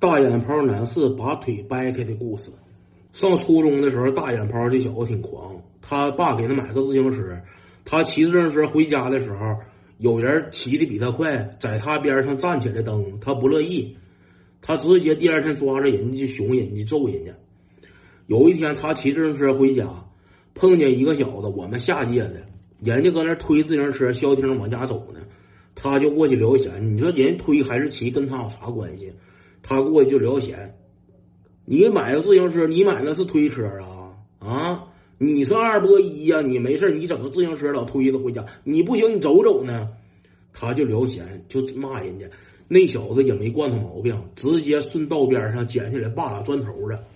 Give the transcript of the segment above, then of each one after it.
大眼泡男士把腿掰开的故事。上初中的时候，大眼泡这小子挺狂，他爸给他买个自行车，他骑自行车回家的时候，有人骑的比他快，在他边上站起来蹬，他不乐意，他直接第二天抓着人家就熊人家揍人家。有一天他骑自行车回家，碰见一个小子，我们下届的，人家搁那推自行车消停往家走呢，他就过去聊闲。你说人推还是骑跟他有啥关系？他过去就聊闲。你买个自行车，你买那是推车啊？你是二波一呀，你没事你整个自行车老推着回家，你不行你走走呢。他就聊闲，就骂人家。那小子也没惯他毛病，直接顺道边上捡起来扒拉砖头的，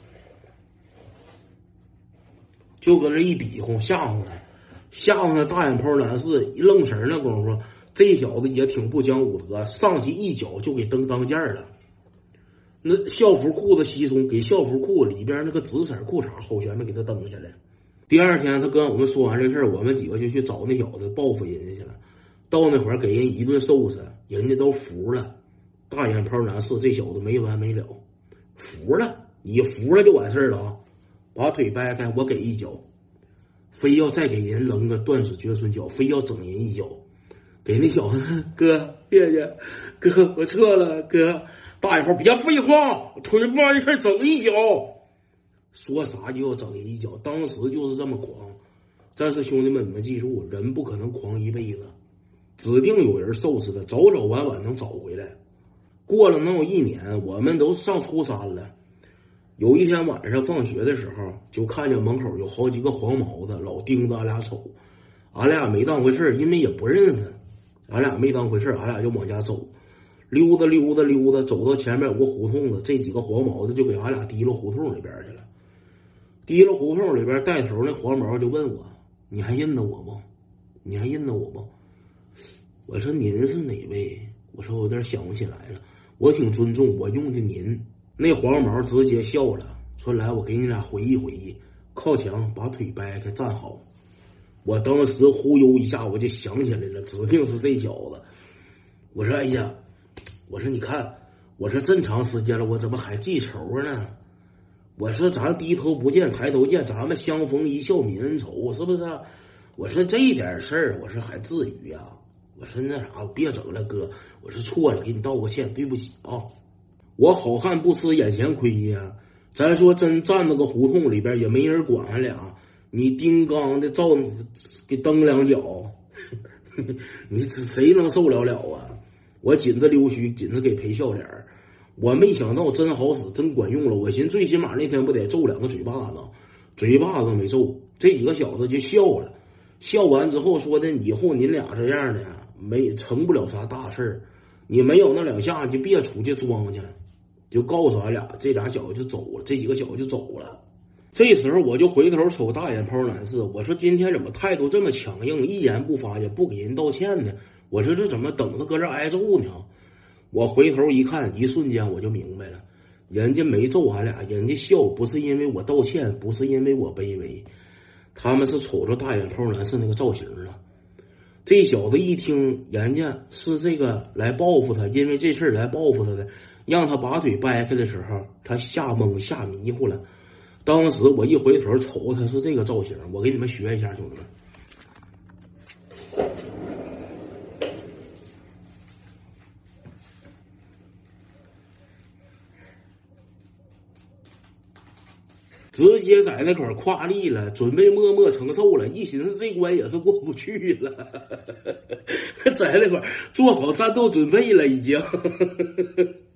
就搁那一比划吓唬他大眼泡男士一愣神那功夫，这小子也挺不讲武德，上去一脚就给蹬当间了。那校服裤子稀松，给校服裤里边那个紫色裤衩好悬的给他蹬下来。第二天他跟我们说完这事儿，我们几个就去找那小子报复人家去了。到那会儿给人一顿收拾，人家都服了。大眼泡男士这小子没完没了，服了，你服了就完事儿了啊！把腿掰开，我给一脚，非要再给人扔个断指绝孙脚，非要整人一脚。给那小子，哥谢谢，哥我撤了，哥。大眼泡别废话，腿掰开整一脚，说啥就要整人一脚，当时就是这么狂。但是兄弟们，你们记住，人不可能狂一辈子，指定有人收拾他，早早晚晚能找回来。过了能有1年，我们都上初3了。有一天晚上放学的时候，就看见门口有好几个黄毛子老盯着俺俩瞅，俺俩没当回事，因为也不认识，俺俩没当回事，俺俩就往家走。溜达，走到前面有个胡同子，这几个黄毛子就给俺俩提溜胡同里边去了。提溜胡同里边带头那黄毛就问我：“你还认得我不？你还认得我不？”我说：“您是哪位？”我说：“我有点想不起来了。”我挺尊重，我用的您。那黄毛直接笑了，说：“来，我给你俩回忆回忆。”靠墙把腿掰开，站好。我当时忽悠一下，我就想起来了，指定是这小子。我说：“哎呀。”我说你看，我说这么长时间了，我怎么还记仇呢？我说咱低头不见抬头见，咱们相逢一笑泯恩仇，是不是？我说这点事儿，我说还至于呀？我说那啥，别整了，哥，我说错了，给你道个歉，对不起啊。我好汉不吃眼前亏呀。咱说真站那个胡同里边也没人管俺俩，你叮当的照给蹬2脚，你谁能受了啊？我紧着溜须，紧着给赔笑脸。我没想到真好使，真管用了。我寻最起码那天不得揍2个嘴巴子，嘴巴子没揍。这几个小子就笑了，笑完之后说的：“以后您俩这样的没成不了啥大事儿，你没有那2下就别出去装去。”就告诉俺俩，这俩小子就走了，这几个小子就走了。这时候我就回头瞅大眼泡男士，我说今天怎么态度这么强硬，一言不发，也不给人道歉呢？我说这怎么等着搁这挨揍呢？我回头一看，一瞬间我就明白了，人家没揍俺俩，人家笑不是因为我道歉，不是因为我卑微，他们是瞅着大眼泡男士那个造型了。这小子一听人家是这个来报复他，因为这事来报复他的，让他把腿掰开的时候，他吓懵吓迷糊了。当时我一回头瞅他是这个造型，我给你们学一下，兄弟们。直接在那块跨立了，准备默默承受了，一寻思这关也是过不去了，在那块做好战斗准备了已经。